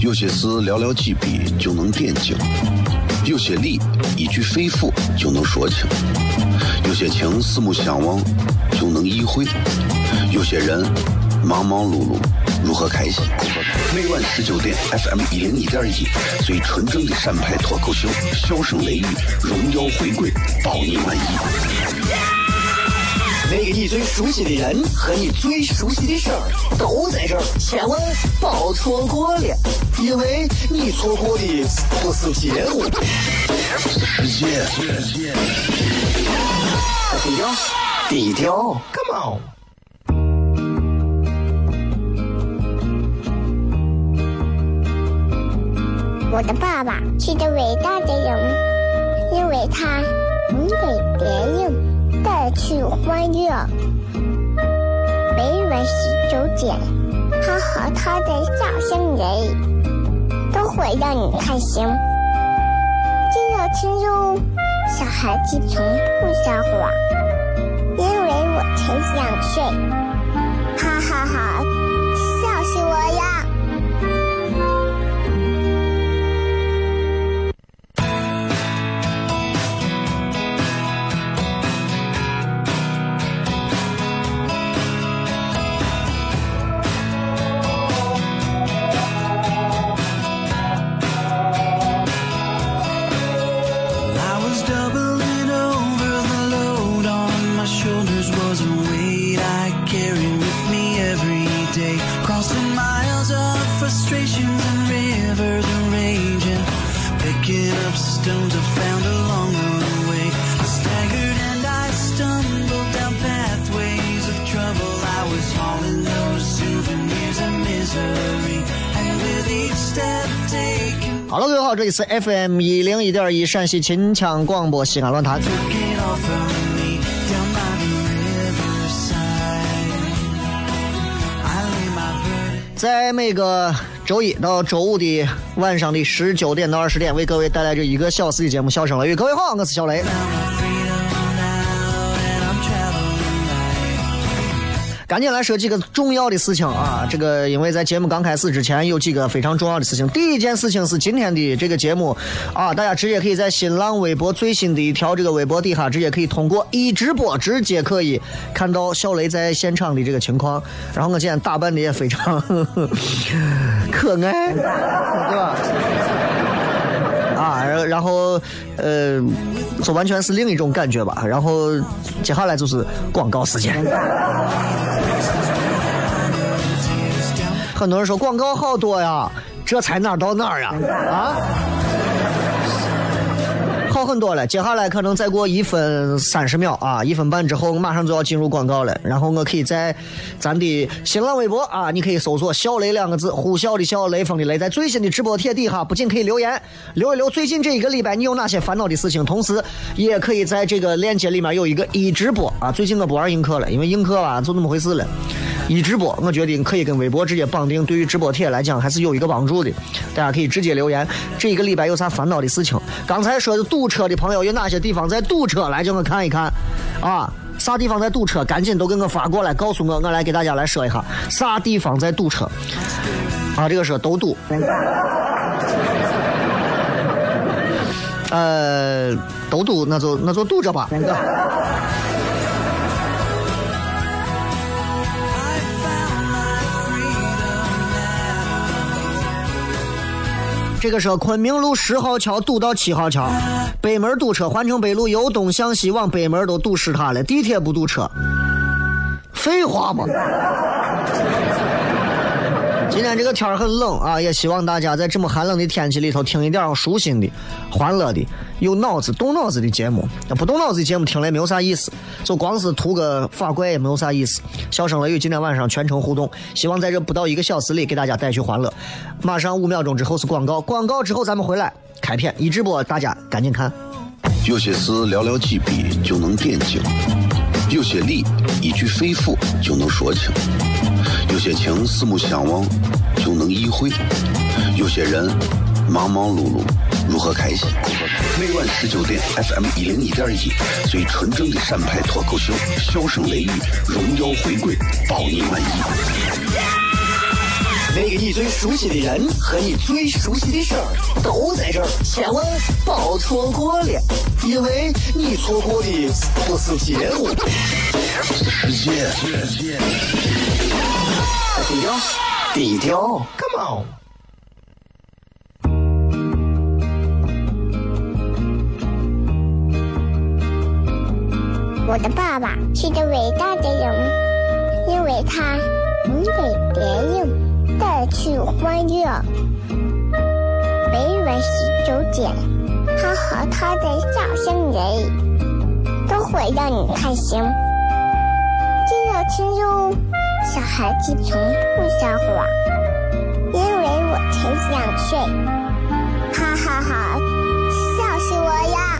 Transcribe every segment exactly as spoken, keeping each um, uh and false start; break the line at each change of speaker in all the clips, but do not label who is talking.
有些事寥寥几笔就能点睛，有些理一句肺腑就能说清，有些情四目相望就能意会，有些人忙忙碌碌如何开心。每晚十九点 F M 一零一点一，最纯正的陕派脱口秀，笑声雷雨，荣耀回归，保你满意。
那个你最熟悉的人和你最熟悉的事儿都在这儿，千万别错过了，因为你错过的不是节目，
世界。
低调，低调
，Come on。
我的爸爸是个伟大的人，因为他能给别人带去欢乐。每晚十九点，他和他的笑声人，都会让你开心。记得听哟，小孩子从不撒谎，因为我才两岁。哈哈哈，笑死我呀！
好了，各位好，这里是 F M 一零一点一陕西秦腔广播西安论坛。在每个周一到周五的晚上的十九点到二十点，为各位带来这一个小时的节目《笑声雷雨》。各位好，我是小雷。赶紧来说几个重要的事情啊！这个因为在节目刚开始之前有几个非常重要的事情。第一件事情是今天的这个节目啊，大家直接可以在新浪微博最新的一条这个微博底下直接可以通过一直播直接可以看到小雷在现场的这个情况。然后我今天打扮的也非常呵呵可爱，对吧？啊，然后呃，这完全是另一种感觉吧。然后接下来就是广告时间。很多人说广告好多呀，这才哪儿到哪儿呀？啊，好很多了。接下来可能再过一分三十秒啊，一分半之后马上就要进入广告了。然后我可以在咱的新浪微博啊，你可以搜索小雷两个字，呼啸的啸，雷锋的雷，在最新的直播帖底下不仅可以留言留一留最近这一个礼拜你有哪些烦恼的事情，同时也可以在这个链接里面有一个一直播啊。最近我不玩映客了，因为映客吧就那么回事了。一直播我觉得可以跟微博直接绑定，对于直播帖来讲还是有一个帮助的。大家可以直接留言这一个礼拜有啥烦恼的事情。刚才说的堵车的朋友有哪些地方在堵车，来叫我看一看啊，啥地方在堵车赶紧都给我发过来告诉我，我来给大家来说一下啥地方在堵车啊。这个是都堵呃都堵那就那就堵着吧。这个是昆明路十号桥堵到七号桥，北门堵车，环城北路由东向西往北门都堵死它了，地铁不堵车，废话嘛。今天这个天很冷啊，也希望大家在这么寒冷的天气里头听一点舒心的、欢乐的、有脑子、动脑子的节目。不动脑子的节目听了也没有啥意思，就光是图个法怪也没有啥意思。笑声雷雨今天晚上全程互动，希望在这不到一个小时里给大家带去欢乐。马上五秒钟之后是广告，广告之后咱们回来开片一直播，大家赶紧看。
有些事寥寥几笔就能点睛，有些理一句肺腑就能说清，有些情四目相望就能意会，有些人忙忙碌碌如何开心。每晚十九点 F M 一零一点一，最纯正的陕派脱口秀，笑声雷雨，荣耀回归，保你满意。
那个你最熟悉的人和你最熟悉的事儿都在这儿，千万别错过了，因为你错过的不是节目，
世界。
低调，低调
Come on。
我的爸爸是个伟大的人，因为他能给别人带去欢乐。每晚十九点，他和他的笑声人，都会让你开心。记得听哟，小孩子从不撒谎，因为我才两岁。哈哈哈，笑死我呀！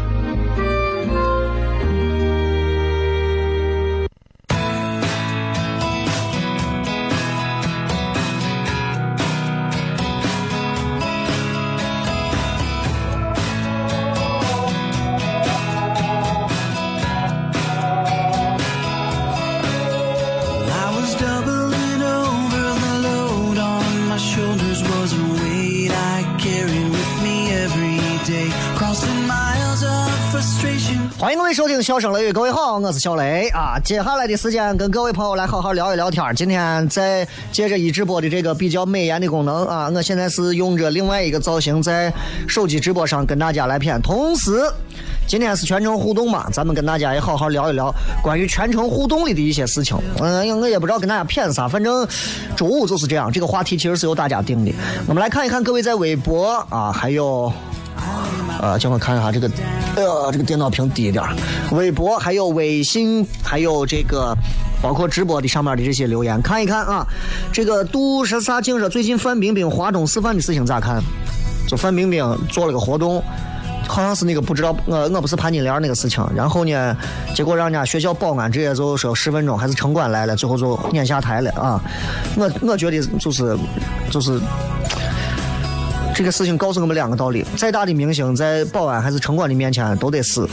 欢迎各位收听笑声雷雨，各位好，我是小雷啊。接下来的时间跟各位朋友来好好聊一聊天。今天在接着一直播的这个比较美颜的功能啊，我现在是用着另外一个造型在手机直播上跟大家来片。同时今天是全程互动嘛，咱们跟大家也好好聊一聊关于全程互动里的一些事情。嗯，我也不知道跟大家骗啥，反正周五就是这样，这个话题其实是由大家定的。我们来看一看各位在微博啊，还有呃，叫我看一下这个，呃，这个电脑屏低一点。微博还有微信，还有这个包括直播的上面的这些留言，看一看啊。这个杜十三净说最近范冰冰华东师范的事情咋看？就范冰冰做了个活动，好像是那个不知道，我我不是潘金莲那个事情。然后呢，结果让人家学校保安直接就说十分钟，还是城管来了，最后就撵下台了啊。我我觉得就是就是。这个事情告诉我们两个道理：再大的明星，在保安还是城管的面前都得死。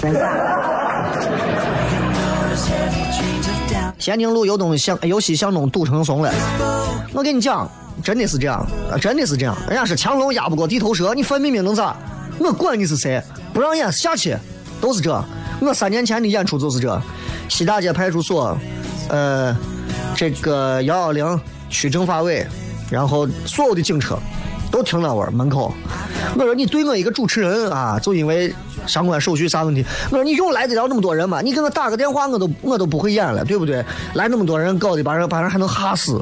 咸宁路有东向由西向东堵成怂了。我跟你讲，真的是这样，真的是这样。人家是强龙压不过地头蛇，你范冰冰能咋？我管你是谁，不让演下去，都是这。我三年前的演出就是这。西大街派出所，呃，这个幺幺零区政法委，然后所有的警车。都停到我门口，我说你对我一个主持人啊，就因为相关手续啥问题，我说你用来得了那么多人吗？你给我打个电话，我都我都不会演了，对不对？来那么多人，搞得把人把人还能吓死。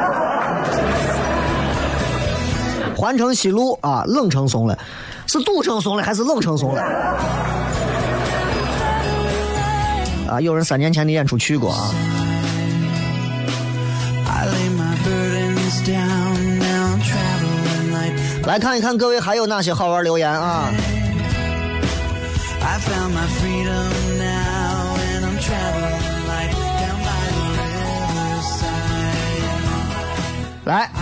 环城西路啊，冷成怂了，是堵成怂了还是冷成怂了？啊，有人三年前的演出去过啊。来看一看各位还有哪些好玩留言啊。来，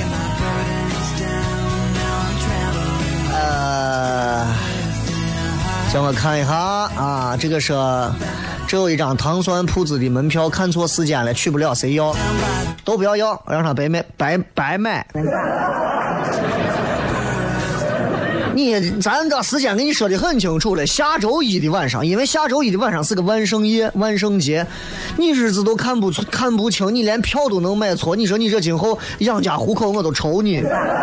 呃，让我看一下啊，这个是只有一张糖酸铺子的门票，看错时间了，去不了，谁要？都不要要，让他白卖，白白卖。你咱这时间给你说的很清楚了，下周一的晚上，因为下周一的晚上是个万圣夜、万圣节，你日子都看不看不清，你连票都能买错，你说你这今后养家糊口我都愁你。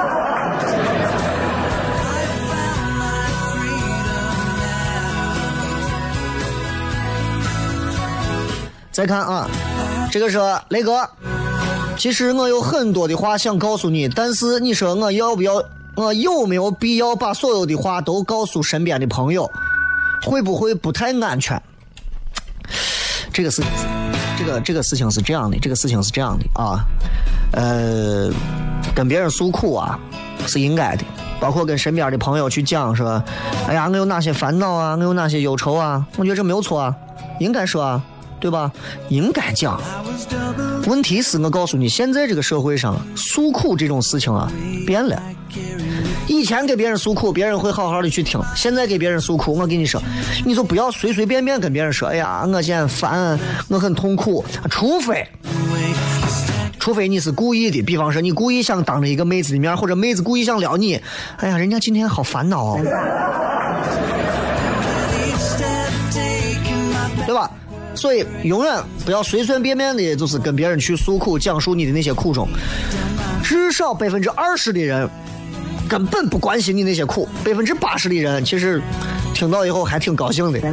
再看啊，这个是雷哥，其实我有很多的话想告诉你，但是你说我要不要？我有没有必要把所有的话都告诉身边的朋友？会不会不太安全？这个是这个这个事情是这样的，这个事情是这样的啊，呃，跟别人诉苦啊是应该的，包括跟身边的朋友去讲说，哎呀，我有哪些烦恼啊，我有哪些忧愁啊，我觉得这没有错啊，应该说啊，对吧？应该讲。问题是我告诉你，现在这个社会上诉苦这种事情啊变了。以前给别人诉苦，别人会好好的去听。现在给别人诉苦，我跟你说，你就不要随随便便跟别人说，哎呀，我现在烦，我很痛苦。除非， 除非你是故意的，比方说你故意想当着一个妹子的面，或者妹子故意想撩你，哎呀，人家今天好烦恼哦，对吧？所以永远不要随随便便的，就是跟别人去诉苦，讲述你的那些苦衷。至少百分之二十的人根本不关心你那些苦，百分之八十的人其实听到以后还挺高兴的。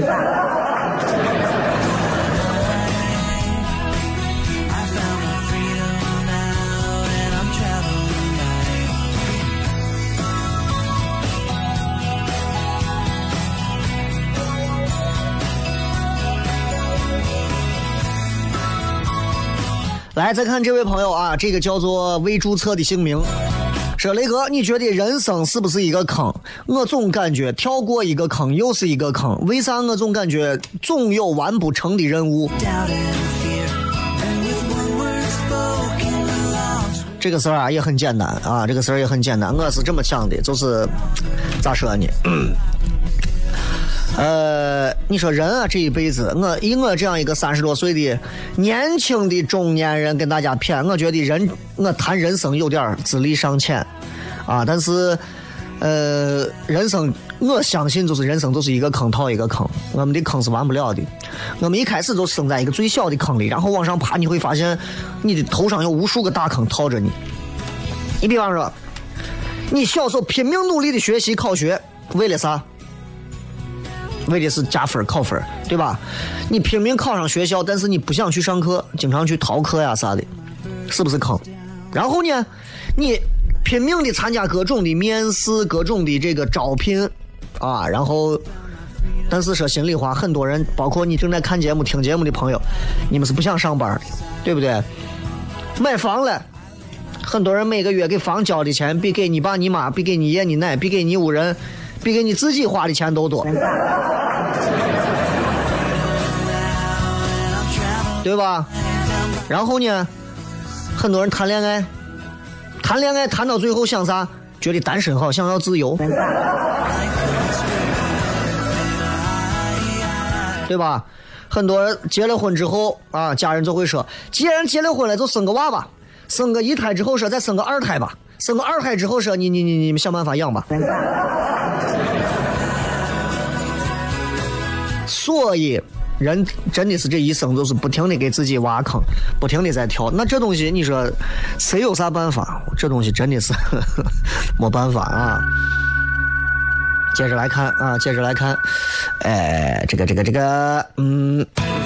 来，再看这位朋友啊，这个叫做未注册的姓名，说雷哥，你觉得人生是不是一个坑？我总感觉跳过一个坑又是一个坑，为啥我总感觉总有完不成的任务？这个事儿啊也很简单啊，这个事儿也很简单，我是这么想的，就是咋说呢？嗯呃，你说人啊，这一辈子，我以我这样一个三十多岁的年轻的中年人跟大家谝，我觉得人我谈人生有点资历尚浅啊，但是呃，人生我相信就是人生就是一个坑套一个坑，我们的坑是完不了的。我们一开始就生在一个最小的坑里，然后往上爬，你会发现你的头上有无数个大坑套着你。你比方说，你小时候拼命努力的学习考学，为了啥？为的是加分考分，对吧？你拼命考上学校，但是你不想去上课，经常去逃课呀啥的，是不是坑？然后呢，你拼命的参加各种的面试，各种的这个招聘啊，然后但是说心里话，很多人包括你正在看节目听节目的朋友，你们是不想上班的，对不对？买房了，很多人每个月给房交的钱比给你爸你妈，比给你爷你奶，比给你屋人，比给你自己花的钱都多，对吧？然后呢，很多人谈恋爱，谈恋爱谈到最后想啥？觉得单身好，想要自由，对吧？很多人结了婚之后啊，家人就会说，既然结了婚了，就生个娃吧，生个一胎之后说再生个二胎吧，生个二胎之后说你你你你们想办法养吧。所以人真的是这一生就是不停的给自己挖坑，不停的在跳。那这东西你说谁有啥办法？这东西真的是呵呵没办法啊。接着来看啊，接着来看，哎，这个这个这个，嗯。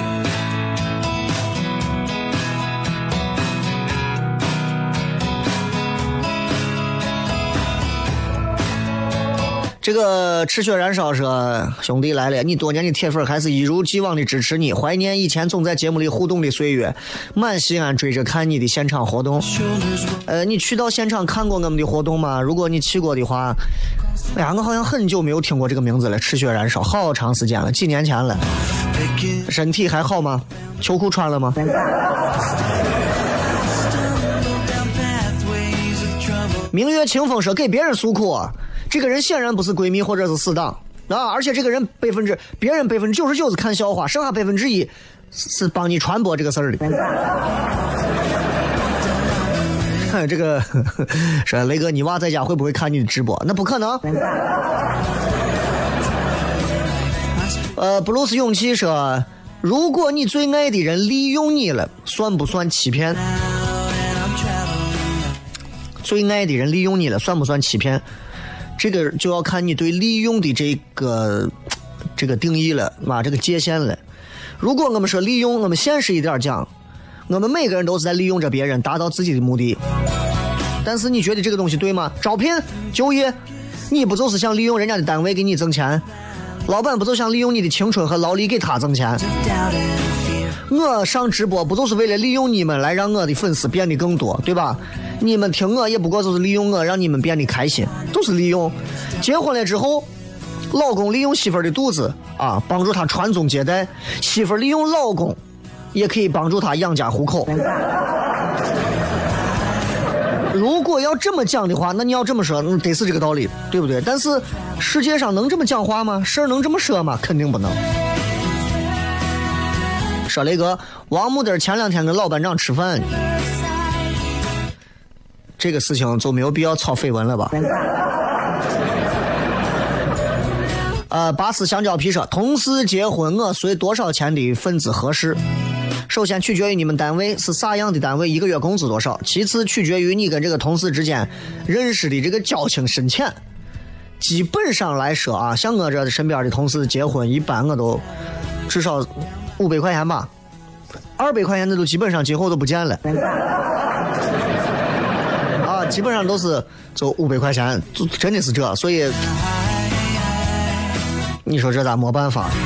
这个赤血燃烧说，兄弟来了，你多年的铁粉还是一如既往的支持你，怀念以前总在节目里互动的岁月，满西安追着看你的现场活动。呃，你去到现场看过我们的活动吗？如果你去过的话，哎呀，我好像很久没有听过这个名字了，赤血燃烧，好长时间了，几年前了。身体还好吗？秋裤穿了吗？明月清风说给别人诉苦啊，这个人显然不是闺蜜或者是死党啊，而且这个人百分之别人百分之九十九是看笑话，剩下百分之一是帮你传播这个事儿的。看这个说雷哥，你娃在家会不会看你的直播？那不可能。呃，布鲁斯勇气说，如果你最爱的人利用你了，算不算欺骗？最爱的人利用你了，算不算欺骗？这个就要看你对利用的这个这个定义了啊，这个界限了。如果我们说利用，我们现实一点讲，我们每个人都是在利用着别人达到自己的目的。但是你觉得这个东西对吗？招聘就业，你不就是想利用人家的单位给你挣钱？老板不就想利用你的青春和劳力给他挣钱？我上直播不就是为了利用你们来让我的粉丝变得更多，对吧？你们听我也不过就是利用我让你们变得开心，都是利用。结婚了之后，老公利用媳妇儿的肚子啊，帮助他传宗接代；媳妇儿利用老公，也可以帮助他养家糊口。如果要这么讲的话，那你要这么说，嗯，得是这个道理，对不对？但是世界上能这么讲话吗？事儿能这么说吗？肯定不能。说雷哥，王木德前两天跟老班长吃饭， 这个事情就没有必要炒绯闻了吧？呃，巴斯香蕉皮社同时结婚，我随多少钱的份子合适？首先取决于你们单位是啥样的单位，一个月工资多少；其次取决于你跟这个同事之间认识的这个交情深浅。基本上来说啊，像我这身边的同事结婚，一般我都至少五百块钱吧，二百块钱的都基本上今后都不见了。啊，基本上都是就五百块钱，就真的是这，所以你说这咋没办法？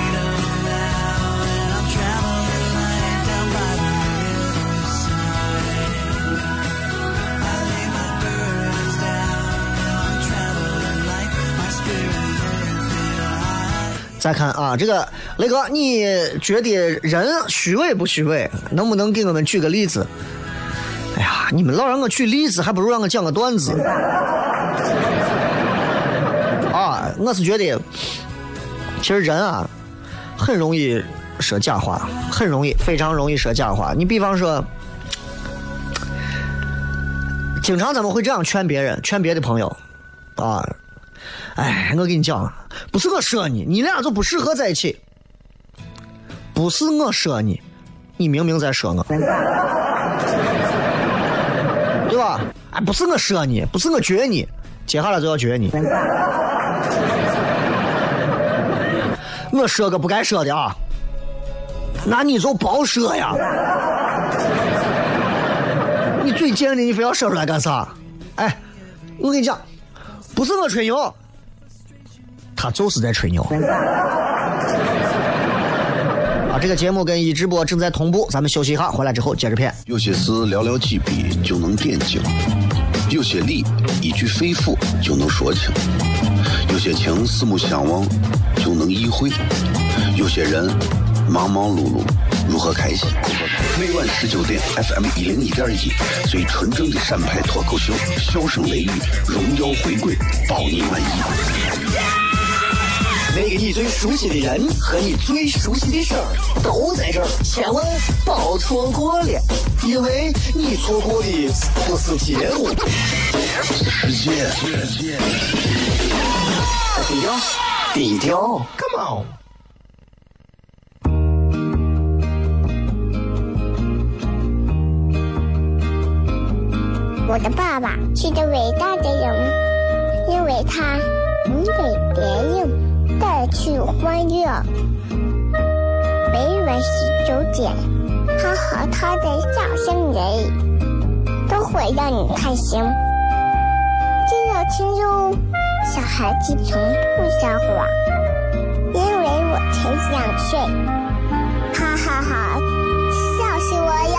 再看啊，这个雷哥，你觉得人虚伪不虚伪？能不能给我们举个例子？哎呀，你们老让我举例子，还不如让我讲个段子。啊，我是觉得，其实人啊，很容易说假话，很容易，非常容易说假话。你比方说，经常咱们会这样劝别人，劝别的朋友，啊。哎，我跟你讲，不是我说你，你俩就不适合在一起。不是我说你，你明明在说我，对吧？哎，不是我说你，不是我撅你，接下来就要撅你。我说个不该说的啊，那你就别说呀。你嘴贱的，你非要说出来干啥？哎，我跟你讲，不是我吹牛。他就是在吹牛啊！这个节目跟一直播正在同步，咱们休息一下，回来之后接着片。
有些事寥寥几笔就能点睛，有些理一句肺腑就能说清，有些情四目相望就能意会，有些人忙忙碌碌如何开心？每晚十九点 F M 一零一点一，最纯正的陕派脱口秀，笑声雷雨，荣耀回归，保你满意。
那个你最熟悉的人和你最熟悉的事儿都在这儿，千万别错过了，因为你错过的不是节目，
世界。
低调，低调
，Come on。
我的爸爸是个伟大的人，因为他能给别人带去欢乐。每晚十九点，他和他的笑声人都会让你开心。记得听哟，小孩子从不撒谎，因为我才两岁。哈哈哈，笑死我呀！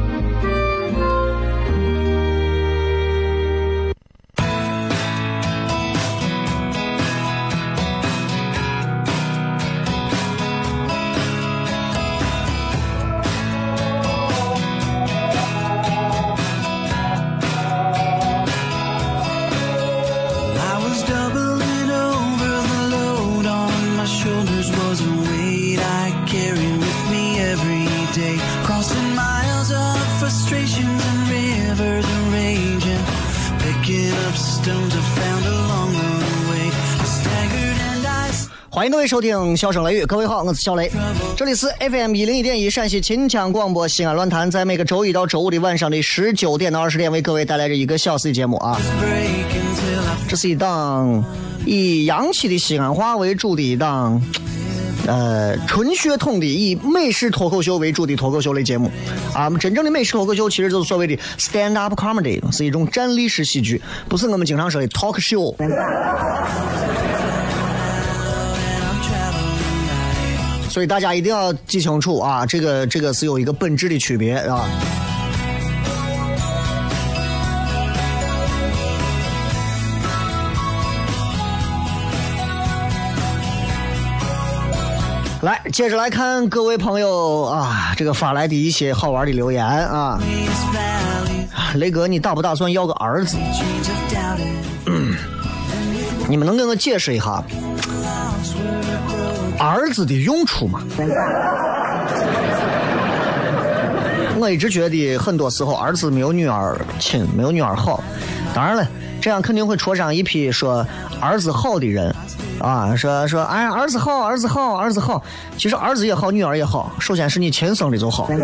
欢迎各位收听笑声雷雨，各位好，我是小雷，这里是 F M 一零一点一陕西秦腔广播西安论坛，在每个周一到周五的晚上的十九点到二十点为各位带来这一个小时的节目啊。这是一档以洋气的西安话为主的一档呃纯血统的以美式脱口秀为主的脱口秀类节目啊。真正的美式脱口秀其实就是所谓的 stand up comedy， 是一种站立式喜剧，不是我们经常说的 talk show。所以大家一定要记清楚啊，这个这个是有一个本质的区别啊。来，接着来看各位朋友啊，这个发来的一些好玩的留言啊。雷哥，你打不打算要个儿子？嗯，你们能给我解释一下儿子的用处吗？ 我一直觉得很多时候儿子没有女儿亲，没有女儿好。当然了，这样肯定会戳上一批说儿子好的人啊，说说哎儿子好，儿子好，儿子好。其实儿子也好，女儿也好，首先是你亲生的就好，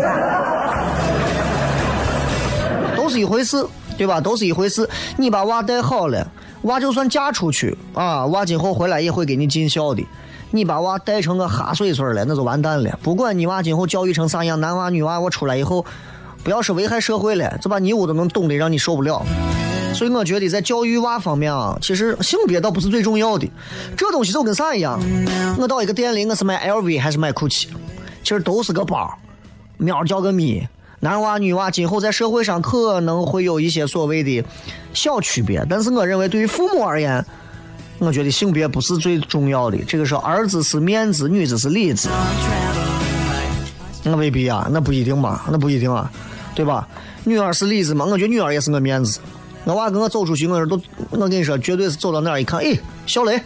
都是一回事，对吧？都是一回事。你把娃带好了，娃就算嫁出去啊，娃今后回来也会给你尽孝的。你把娃带成个哈碎碎了，那就完蛋了。不管你娃今后教育成啥样，男娃女娃，我出来以后，不要是危害社会了，这把你我都能懂得让你受不了。所以我觉得在教育娃方面啊，其实性别倒不是最重要的。这东西就跟啥一样，我到一个店里，我是买 L V 还是买 Gucci， 其实都是个包，喵叫个咪。男娃女娃今后在社会上可能会有一些所谓的小区别，但是我认为对于父母而言，我觉得性别不是最重要的。这个时候儿子是面子，女子是里子，那未必啊，那不一定嘛，那不一定啊，对吧？女儿是里子嘛，我觉得女儿也是个面子。我娃跟我走出去，我说都，我跟你说，绝对是走到那儿一看，哎，小雷，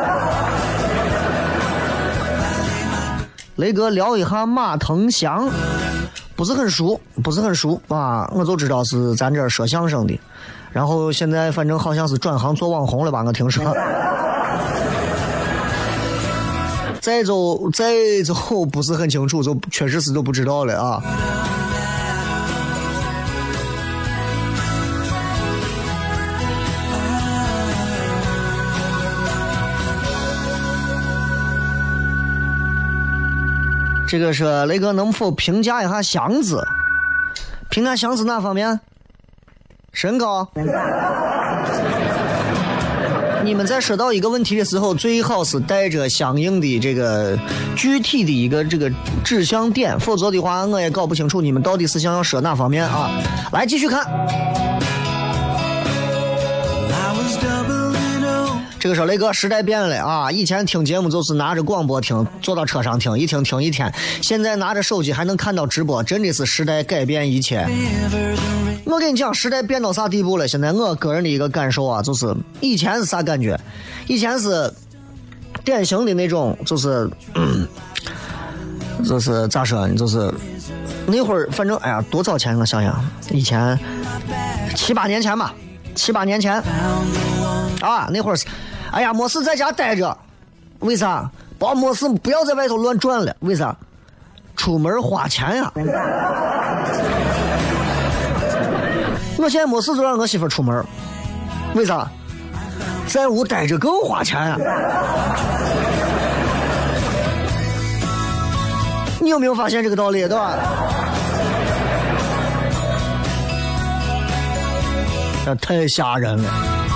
雷哥聊一下马腾祥，不是很熟，不是很熟啊，我就知道是咱这儿说相声的。然后现在反正好像是转行做网红了吧，我听说。再走再走不是很清楚，就确实是都不知道了啊。这个是雷哥能否评价一下祥子？评价祥子哪方面？身高。你们在说到一个问题的时候，最好是带着相应的这个具体的一个这个指向点，否则的话我也搞不清楚你们到底是想要说哪方面啊。来继续看。这个时候雷哥时代变了啊！以前听节目就是拿着广播听，坐到车上听，一听听一天。现在拿着手机还能看到直播，真的是时代改变一切。我跟你讲，时代变到啥地步了？现在我个人的一个感受啊，就是以前是啥感觉？以前是典型的那种，就是，嗯、就是咋说呢？就是那会儿，反正哎呀，多早前我想想，以前七八年前吧，七八年前啊，那会儿是。哎呀，没事在家待着，为啥？包没事不要在外头乱转了，为啥？出门花钱呀！我现在没事就让我媳妇出门，为啥？在屋待着更花钱呀！你有没有发现这个道理，对吧？这太吓人了。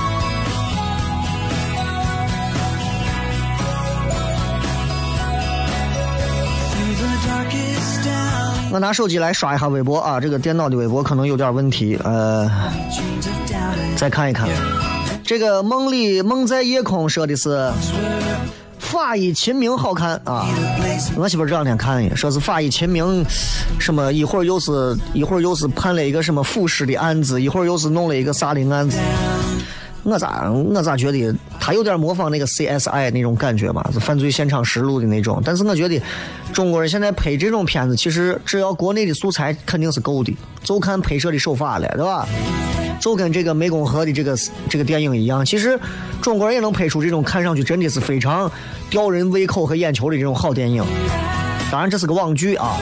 我拿手机来刷一下微博啊，这个电脑的微博可能有点问题，呃，再看一看。这个梦里梦在夜空说的是法医秦明好看啊，我媳妇这两天看的，说是法医秦明，什么一会儿又是一会儿又是判了一个什么腐尸的案子，一会儿又是弄了一个杀人案子。我咋我咋觉得他有点模仿那个 C S I 那种感觉吧，是犯罪现场实录的那种。但是我觉得中国人现在拍这种片子，其实只要国内的素材肯定是够的，就看拍摄的手法了，对吧？就跟这个湄公河的这个这个电影一样，其实中国人也能拍出这种看上去真的是非常吊人胃口和眼球的这种好电影。当然这是个网剧啊。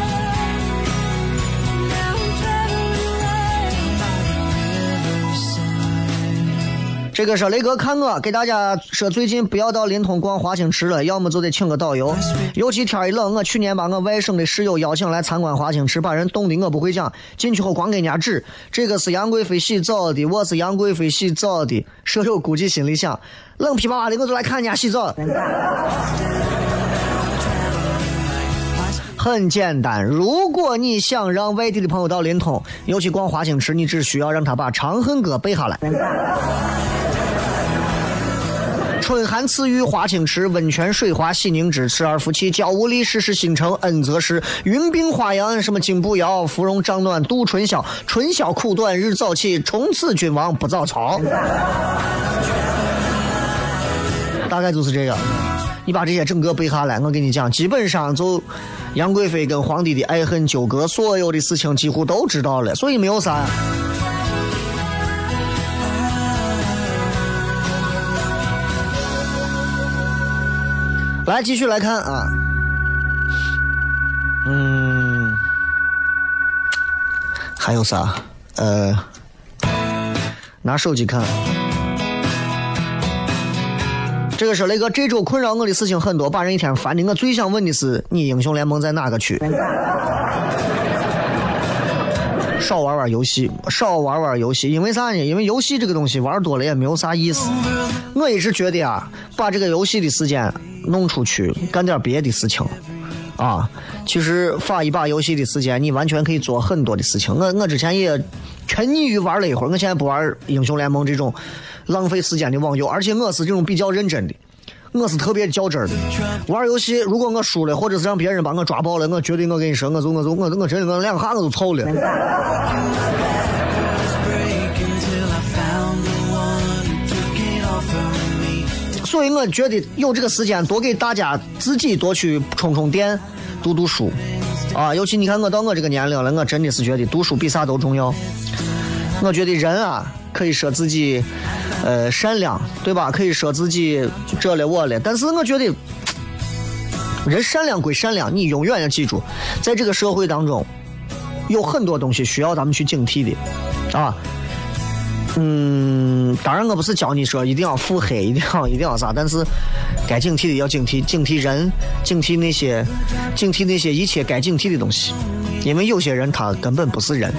这个是雷哥看我给大家说，最近不要到临潼逛华清池了，要么就得请个导游。尤其天一冷，我去年把我外省的室友邀请来参观华清池，把人冻的我不会讲，进去后光给人家指，这个是杨贵妃洗澡的，我是杨贵妃洗澡的。舍友估计心里想，冷皮巴的我就来看人家洗澡。很简单，如果你想让外地的朋友到临潼，尤其逛华清池，你只需要让他把《长恨歌》背下来。春寒赐浴华清池，温泉水滑洗凝脂，池而夫妻，娇无力，世事新城恩泽时，云鬓花样什么金步摇，芙蓉帐暖度春宵，春宵苦短日早起，从此君王不早朝。大概就是这个。 你把这些整个背下来，我跟你讲，基本上就杨贵妃跟皇帝的爱恨纠葛，所有的事情几乎都知道了，所以没有啥。来，继续来看啊，嗯，还有啥？呃，拿手机看。这个是雷哥，这周困扰我的事情很多，把人一天烦的。我最想问的是，你英雄联盟在哪个区？少玩玩游戏，少玩玩游戏，因为啥呢？因为游戏这个东西玩多了也没有啥意思。我一直觉得啊，把这个游戏的时间弄出去，干点别的事情啊。其实发一把游戏的时间，你完全可以做很多的事情。我我之前也沉溺于玩了一会儿，我现在不玩英雄联盟这种浪费时间的网游，而且我是这种比较认真的。我是特别较真的，玩游戏如果我输了，或者是让别人把我抓爆了，我绝对我跟你说，我就我就我我真的我两下我就操了。所以我觉得有这个时间多给大家自己多去充充电，读读书啊！尤其你看我到我这个年龄了，我真的是觉得读书比啥都重要。我觉得人啊可以说自己呃善良，对吧？可以说自己这了我了，但是我觉得人善良归善良，你永远要记住，在这个社会当中有很多东西需要咱们去警惕的啊。嗯，当然我不是教你说一定要腹黑，一定要一定要啥，但是该警惕的要警惕，警惕人，警惕那些警惕那些一切该警惕的东西，因为有些人他根本不是人。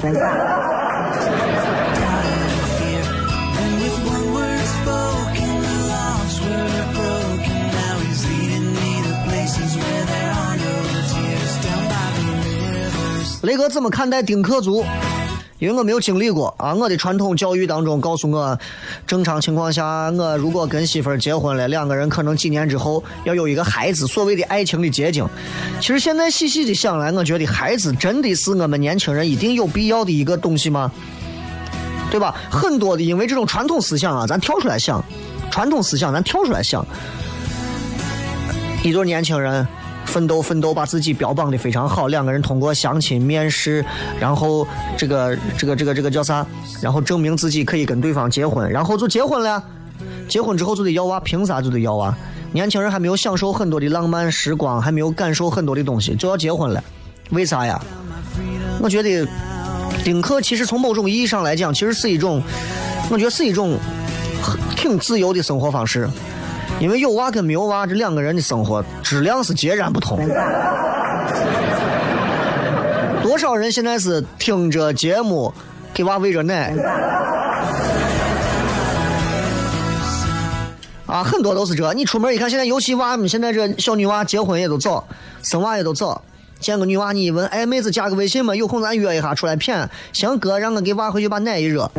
雷哥怎么看待丁克族？因为我没有经历过啊，我的传统教育当中告诉我，正常情况下，我如果跟媳妇儿结婚了，两个人可能几年之后要有一个孩子，所谓的爱情的结晶。其实现在细细的想来，我觉得孩子真的是我们年轻人一定有必要的一个东西吗？对吧？很多的因为这种传统思想啊，咱跳出来想，传统思想咱跳出来想，一对年轻人奋斗奋斗，把自己标榜的非常好，两个人通过相亲面试，然后这个这个这个这个叫啥，然后证明自己可以跟对方结婚，然后就结婚了，结婚之后就得要娃，凭啥就得要娃？年轻人还没有享受很多的浪漫时光，还没有感受很多的东西就要结婚了，为啥呀？我觉得丁克其实从某种意义上来讲，其实是一种，我觉得是一种挺自由的生活方式。因为有娃跟没有娃这两个人的生活质量是截然不同。多少人现在是听着节目给娃喂着奶啊，很多都是这。你出门一看，现在尤其娃，现在这小女娃结婚也都早，生娃也都早。见个女娃你一问，哎，妹子加个微信嘛，有空咱约一下出来骗。行哥，让我给娃回去把奶一热。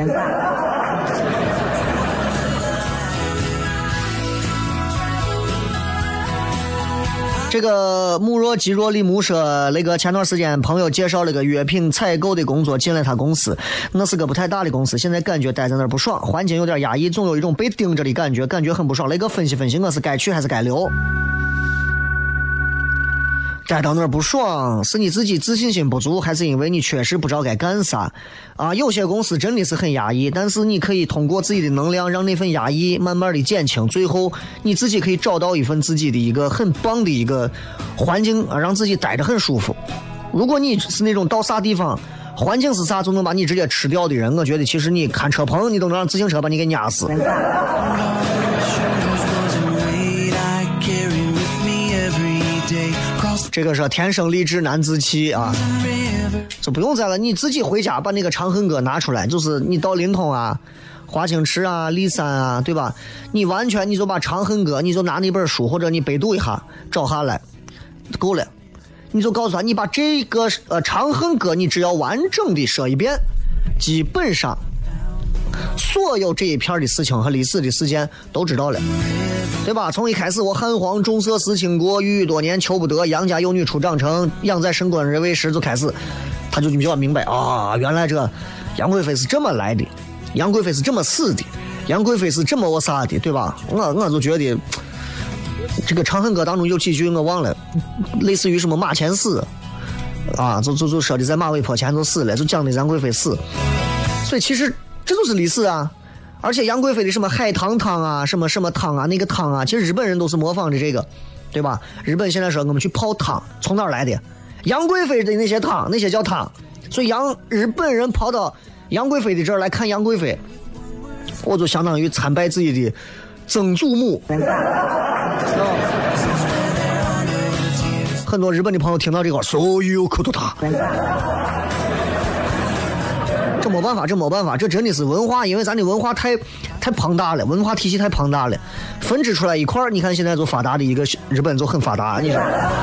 这个穆若吉若利穆说，那个前段时间朋友介绍了个药品采购的工作进了他公司，那是个不太大的公司，现在感觉待在那儿不爽，环境有点压抑，总有一种被盯着的感觉，感觉很不爽。那个分析分析，我是该去还是该留？待到那儿不爽，是你自己自信心不足，还是因为你确实不知道该干啥啊？有些公司真的是很压抑，但是你可以通过自己的能量让那份压抑慢慢的减轻，最后你自己可以找到一份自己的一个很棒的一个环境啊，让自己待着很舒服。如果你是那种到啥地方环境是啥就能把你直接吃掉的人，我觉得其实你看车棚你都能让自行车把你给压死。这个是天生丽质难自弃啊，就不用再了，你自己回家把那个长恨歌拿出来，就是你到临潼啊、华清池啊、骊山啊，对吧？你完全你就把长恨歌，你就拿那本书或者你百度一下找下来，够了。你就告诉他，你把这个呃长恨歌你只要完整的说一遍，基本上所有这一片的事情和历史的事件都知道了，对吧？从一开始我汉皇重色思倾国，郁郁多年求不得，杨家有女初长成，养在神官人为时，就开始他就比较明白啊，原来这杨贵妃是这么来的，杨贵妃是这么死的，杨贵妃是这么我杀的，对吧？我我就觉得这个《长恨歌》当中有几句我忘了，类似于什么马前死啊，就就就说的在马嵬坡前就死了，就讲的杨贵妃死。所以其实这就是历史啊。而且杨贵妃的什么海棠汤啊，什么什么汤啊，那个汤啊，其实日本人都是模仿着这个，对吧？日本现在说我们去泡汤，从哪儿来的？杨贵妃的那些汤，那些叫汤。所以杨日本人跑到杨贵妃的这儿来看杨贵妃，我就相当于参拜自己的曾祖母。很多日本的朋友听到这个，所有口头他。这没办法，这没办法，这真的是文化，因为咱的文化太太庞大了，文化体系太庞大了，分支出来一块儿，你看现在就发达的一个日本就很发达，你知道。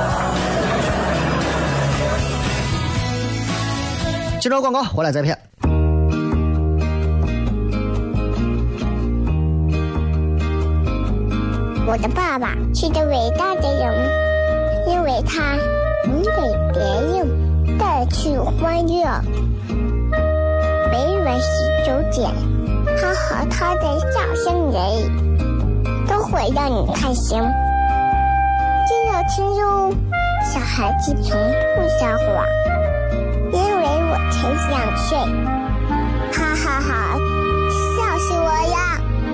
接着广告，回来再骗。
我的爸爸是个伟大的人，因为他能给别人带去欢乐。每晚十九点，他和他的笑声人，都会让你开心。记得听哟，小孩子从不撒谎，因为我才两岁。哈哈哈，笑死我呀！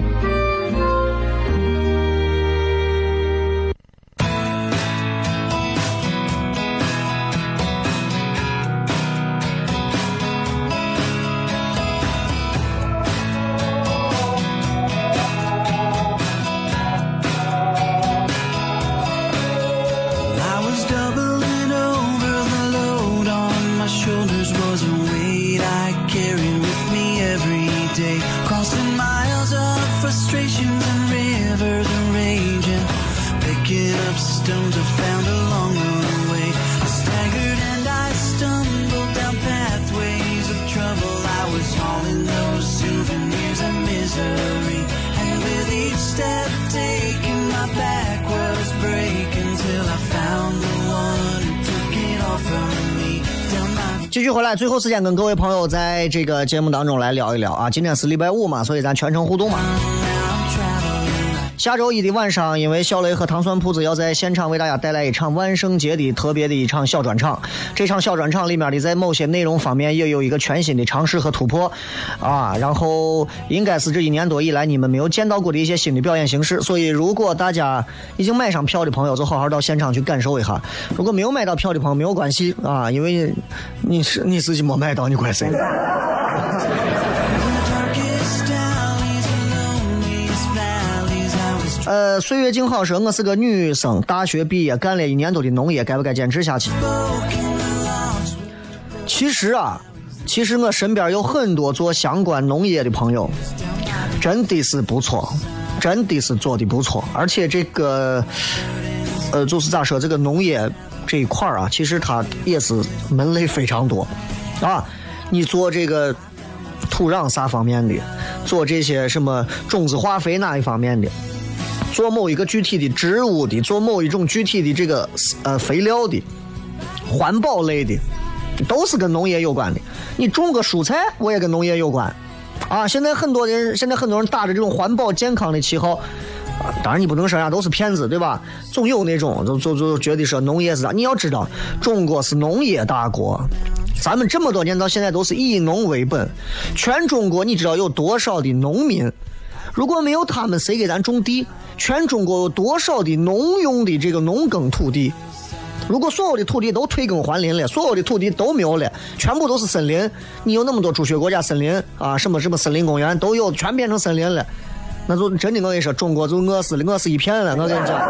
继续回来，最后时间跟各位朋友在这个节目当中来聊一聊啊。今天是礼拜五嘛，所以咱全程互动嘛。下周一的晚上，因为小雷和糖蒜铺子要在现场为大家带来一场万圣节的特别的一场小专场。这场小专场里面的在某些内容方面也有一个全新的尝试和突破啊，然后应该是这一年多以来你们没有见到过的一些新的表演形式。所以如果大家已经买上票的朋友，就好好到现场去感受一下；如果没有买到票的朋友，没有关系啊，因为你是你自己没买到，你怪谁？呃，岁月静好说，我是个女生，大学毕业干了一年多的农业，该不该坚持下去？其实啊，其实我身边有很多做相关农业的朋友，真的是不错，真的是做的不错，而且这个，呃，就是咋说，这个农业这一块啊，其实它也是门类非常多啊。你做这个土壤啥方面的，做这些什么种子化肥哪一方面的。做某一个具体的植物的，做某一种具体的这个呃肥料的，环保类的，都是跟农业有关的。你种个蔬菜，我也跟农业有关啊。现在很多人，现在很多人打着这种环保健康的旗号，啊、当然你不能说人家都是骗子，对吧？总有那种就就就觉得说农业是啥。你要知道，中国是农业大国，咱们这么多年到现在都是以农为本，全中国你知道有多少的农民？如果没有他们，谁给咱种地？全中国有多少的农用的这个农耕土地？如果所有的土地都退耕还林了，所有的土地都没有了，全部都是森林，你有那么多朱雪国家森林啊，什么什么森林公园都有，全变成森林了，那就真的我跟你说，中国就饿死了，饿死一片了，我跟你讲。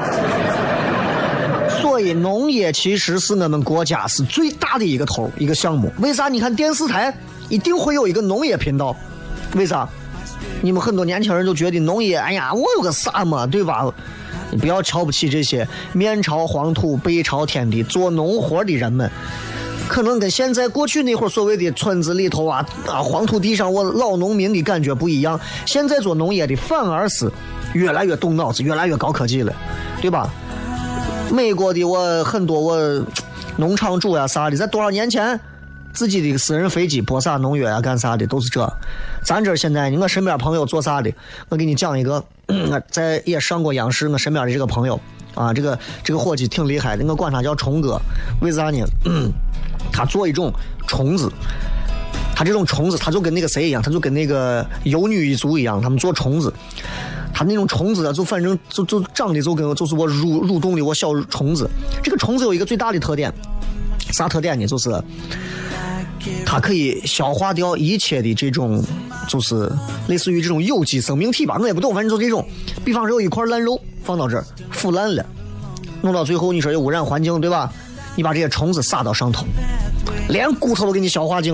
所以农业其实是我们国家是最大的一个头一个项目。为啥？你看电视台一定会有一个农业频道，为啥？你们很多年轻人都觉得农业，哎呀，我有个啥嘛，对吧？你不要瞧不起这些面朝黄土背朝天的做农活的人们，可能跟现在过去那会儿所谓的村子里头啊啊黄土地上我老农民的感觉不一样。现在做农业的反而是越来越动脑子，越来越高科技了，对吧？美国的我很多我农场主呀啥的，在多少年前自己的私人飞机播撒农药啊干啥的都是这。咱这现在我身边朋友做啥的，我给你讲一个我在也上过央视，我身边的这个朋友啊，这个这个伙计挺厉害的，我管他叫虫哥。为啥呢？嗯，他做一种虫子，他这种虫子，他就跟那个谁一样，他就跟那个有女一族一样，他们做虫子。他那种虫子啊，就反正就就长得就跟就是我蠕蠕动的我小虫子。这个虫子有一个最大的特点，啥特点呢？就是它可以消化掉一切的这种，就是类似于这种有机生命体吧，我也不懂，反正就这种。比方说有一块烂肉放到这儿腐烂了，弄到最后你说有污染环境，对吧？你把这些虫子撒到上头，连骨头都给你消化净，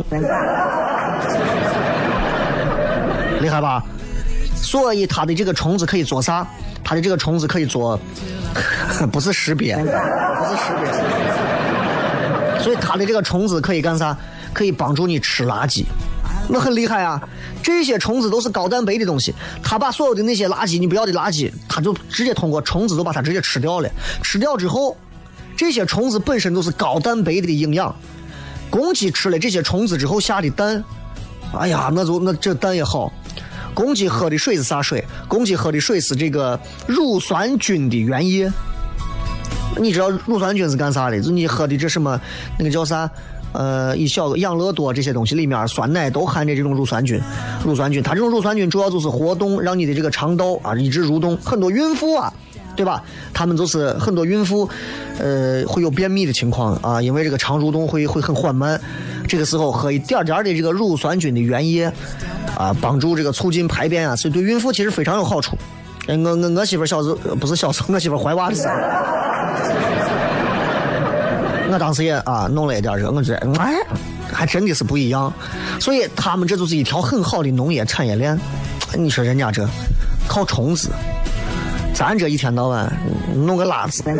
厉害吧？所以它的这个虫子可以做啥？它的这个虫子可以做，不是识别，不是识别。所以它的这个虫子可以干啥？可以帮助你吃垃圾，那很厉害啊！这些虫子都是高蛋白的东西，它把所有的那些垃圾，你不要的垃圾，它就直接通过虫子都把它直接吃掉了。吃掉之后，这些虫子本身都是高蛋白的营养，公鸡吃了这些虫子之后下的蛋，哎呀，那就那这蛋也好。公鸡喝的水是啥水？公鸡喝的水是这个乳酸菌的原液。你知道乳酸菌是干啥的？就你喝的这什么那个叫啥？呃，一小养乐多这些东西里面，酸奶都含着这种乳酸菌。乳酸菌，它这种乳酸菌主要就是活动，让你的这个肠道啊一直蠕动。很多孕妇啊，对吧？他们就是很多孕妇，呃，会有便秘的情况啊，因为这个肠蠕动会会很缓慢。这个时候喝一点点的这个乳酸菌的原液，啊，帮助这个促进排便啊，所以对孕妇其实非常有好处。我我我媳妇小时候不是小时候，我媳妇怀娃的时候。我当时也啊弄了一点这个，我觉得哎，还真的是不一样。所以他们这就是一条很好的农业产业链。你说人家这靠虫子，咱这一天到晚弄个辣子。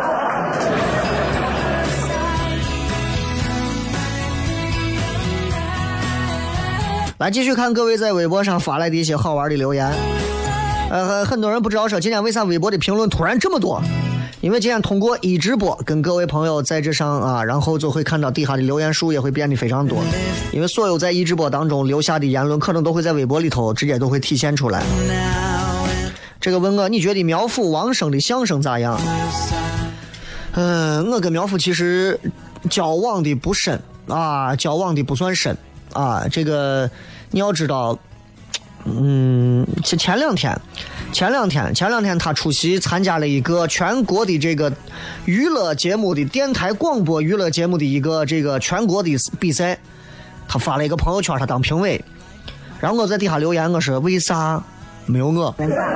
来继续看各位在微博上发来的一些好玩的留言。呃，很多人不知道说今天为啥微博的评论突然这么多。因为今天通过一直播跟各位朋友在这上啊，然后就会看到底下的留言数也会变得非常多，因为所有在一直播当中留下的言论可能都会在微博里头直接都会体现出来。这个问我你觉得苗阜王声的相声咋样？嗯、呃，我跟苗阜其实交往的不深啊，交往的不算深啊。这个你要知道，嗯，前前两天。前两天，前两天他出席参加了一个全国的这个娱乐节目的电台广播娱乐节目的一个这个全国的比赛，他发了一个朋友圈，他当评委，然后我在底下留言，我说为啥没有我？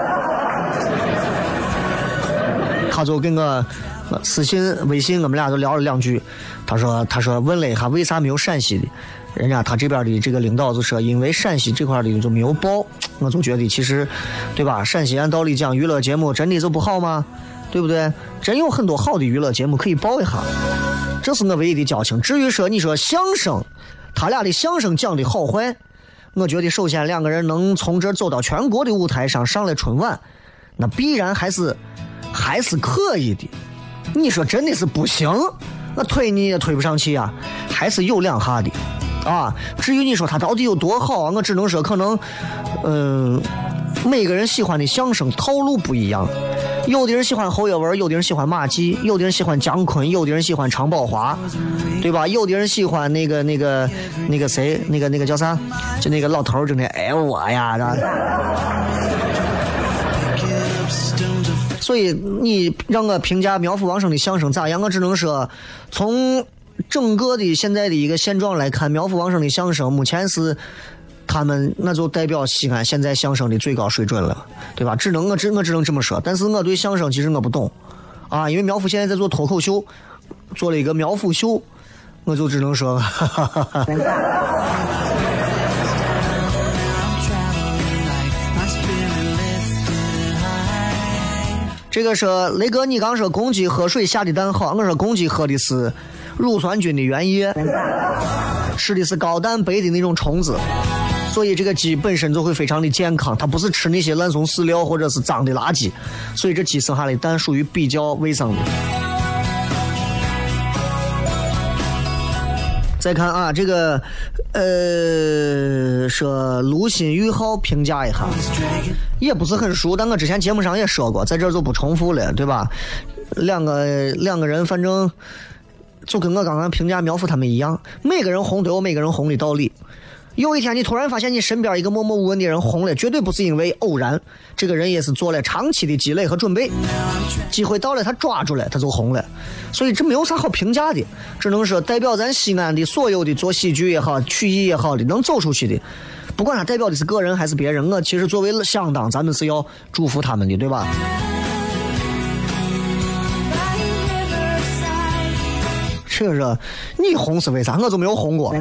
他就跟我私信微信，我们俩就聊了两句，他说他说问了一下为啥没有陕西的。人家他这边的这个领导就说，因为陕西这块的就没有报，我就觉得其实，对吧？陕西按道理讲娱乐节目真的就不好吗？对不对？真有很多好的娱乐节目可以报一下，这是我唯一的交情。至于说你说相声，他俩的相声讲的好坏，我觉得首先两个人能从这走到全国的舞台上上来春晚，那必然还是还是可以的。你说真的是不行，那推你也推不上去啊，还是有两下的。啊，至于你说他到底有多好啊，我只能说可能，嗯、呃，每个人喜欢的相声套路不一样，有的人喜欢侯耀文，有的人喜欢马季，有的人喜欢姜昆，有的人喜欢常宝华，对吧？有的人喜欢那个那个那个谁，那个那个叫啥？就那个老头整天哎我呀的。所以你让我评价苗阜王声的相声咋样，我只能说从整个的现在的一个现状来看，苗阜王声的相声目前是他们那就代表西安现在相声的最高水准了，对吧？只能我只我只能这么说。但是我对相声其实我不懂啊，因为苗阜现在在做脱口秀，做了一个苗阜秀，我就只能说哈哈哈哈这个说雷哥，你刚说公鸡喝水下的蛋好，我说公鸡喝的是乳酸菌的原液，吃的是高蛋白的那种虫子，所以这个鸡本身就会非常的健康，它不是吃那些烂怂饲料或者是脏的垃圾，所以这鸡生下的蛋属于比较卫生的。 再看啊，这个呃，说卢鑫宇浩评价一下，也不是很熟，但我之前节目上也说过，在这儿就不重复了，对吧？两个两个人，反正就跟我刚刚评价苗阜他们一样，每个人红都有每个人红的道理。有一天你突然发现你身边一个默默无闻的人红了，绝对不是因为偶然，这个人也是做了长期的积累和准备，机会到了他抓住了他就红了，所以这没有啥好评价的，只能说代表咱西安的所有的做喜剧也好曲艺也好的能走出去的，不管他代表的是个人还是别人，我其实作为乡党咱们是要祝福他们的，对吧？这个是你红是为啥？我就没有红过，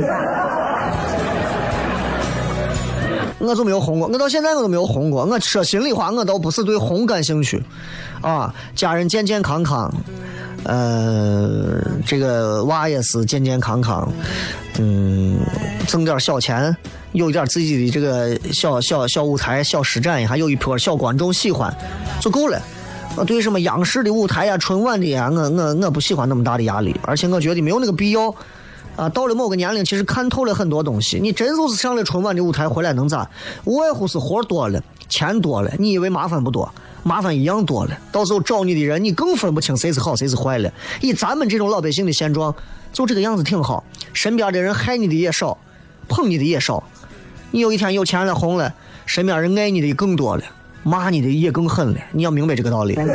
我就没有红过，我到现在我都没有红过。我说心里话，我倒不是对红感兴趣，啊，家人健健康康，呃，这个娃也是健健康康，嗯，挣点小钱，有一点自己的这个小小小舞台、小施展，还有一波小观众喜欢，就够了。我对什么央视的舞台呀、春晚的呀，我我我不喜欢那么大的压力，而且我觉得没有那个必要。啊，到了某个年龄，其实看透了很多东西。你真就是上了春晚的舞台回来能咋？无外乎是活多了，钱多了。你以为麻烦不多？麻烦一样多了。到时候找你的人，你更分不清谁是好谁是坏了。以咱们这种老百姓的现状，就这个样子挺好。身边的人害你的也少，捧你的也少。你有一天有钱了红了，身边人爱你的更多了，骂你的也更狠了。你要明白这个道理。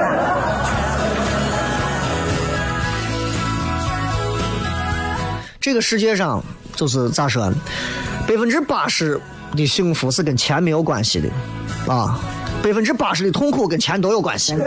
这个世界上就是咋说，百分之八十的幸福是跟钱没有关系的，啊，百分之八十的痛苦跟钱都有关系。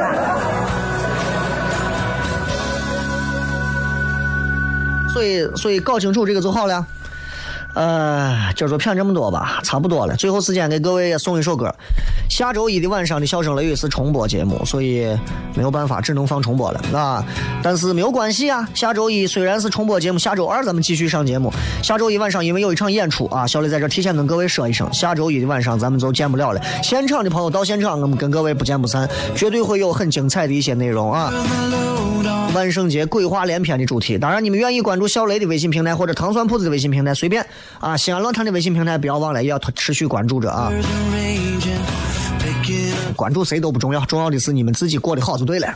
所以，所以搞清楚这个就好了。呃，今儿就骗这么多吧，差不多了。最后时间给各位也送一首歌。下周一的晚上的笑声雷雨是重播节目，所以没有办法，只能放重播了啊。但是没有关系啊，下周一虽然是重播节目，下周二咱们继续上节目。下周一晚上因为有一场演出啊，小雷在这提前跟各位说一声，下周一的晚上咱们就见不了了。现场的朋友到现场，我们跟各位不见不散，绝对会有很精彩的一些内容啊。万圣节鬼话连篇的主题，当然你们愿意关注小雷的微信平台或者糖蒜铺子的微信平台，随便啊。西安论坛的微信平台不要忘了，也要持续关注着啊。关注谁都不重要，重要的是你们自己过得好就对了。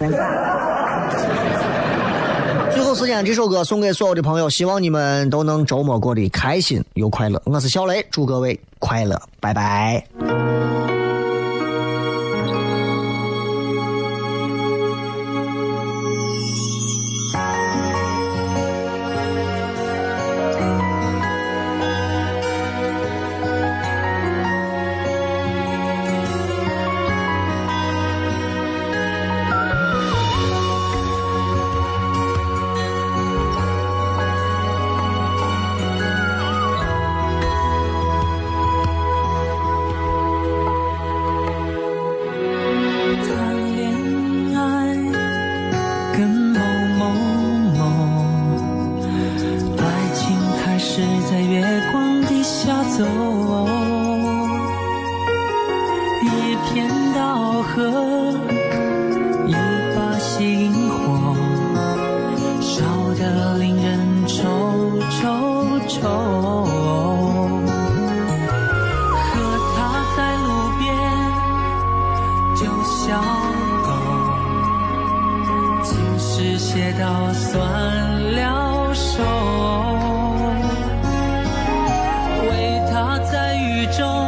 最后时间，这首歌送给所有的朋友，希望你们都能周末过得开心又快乐。我是小雷，祝各位快乐，拜拜。
为他在雨中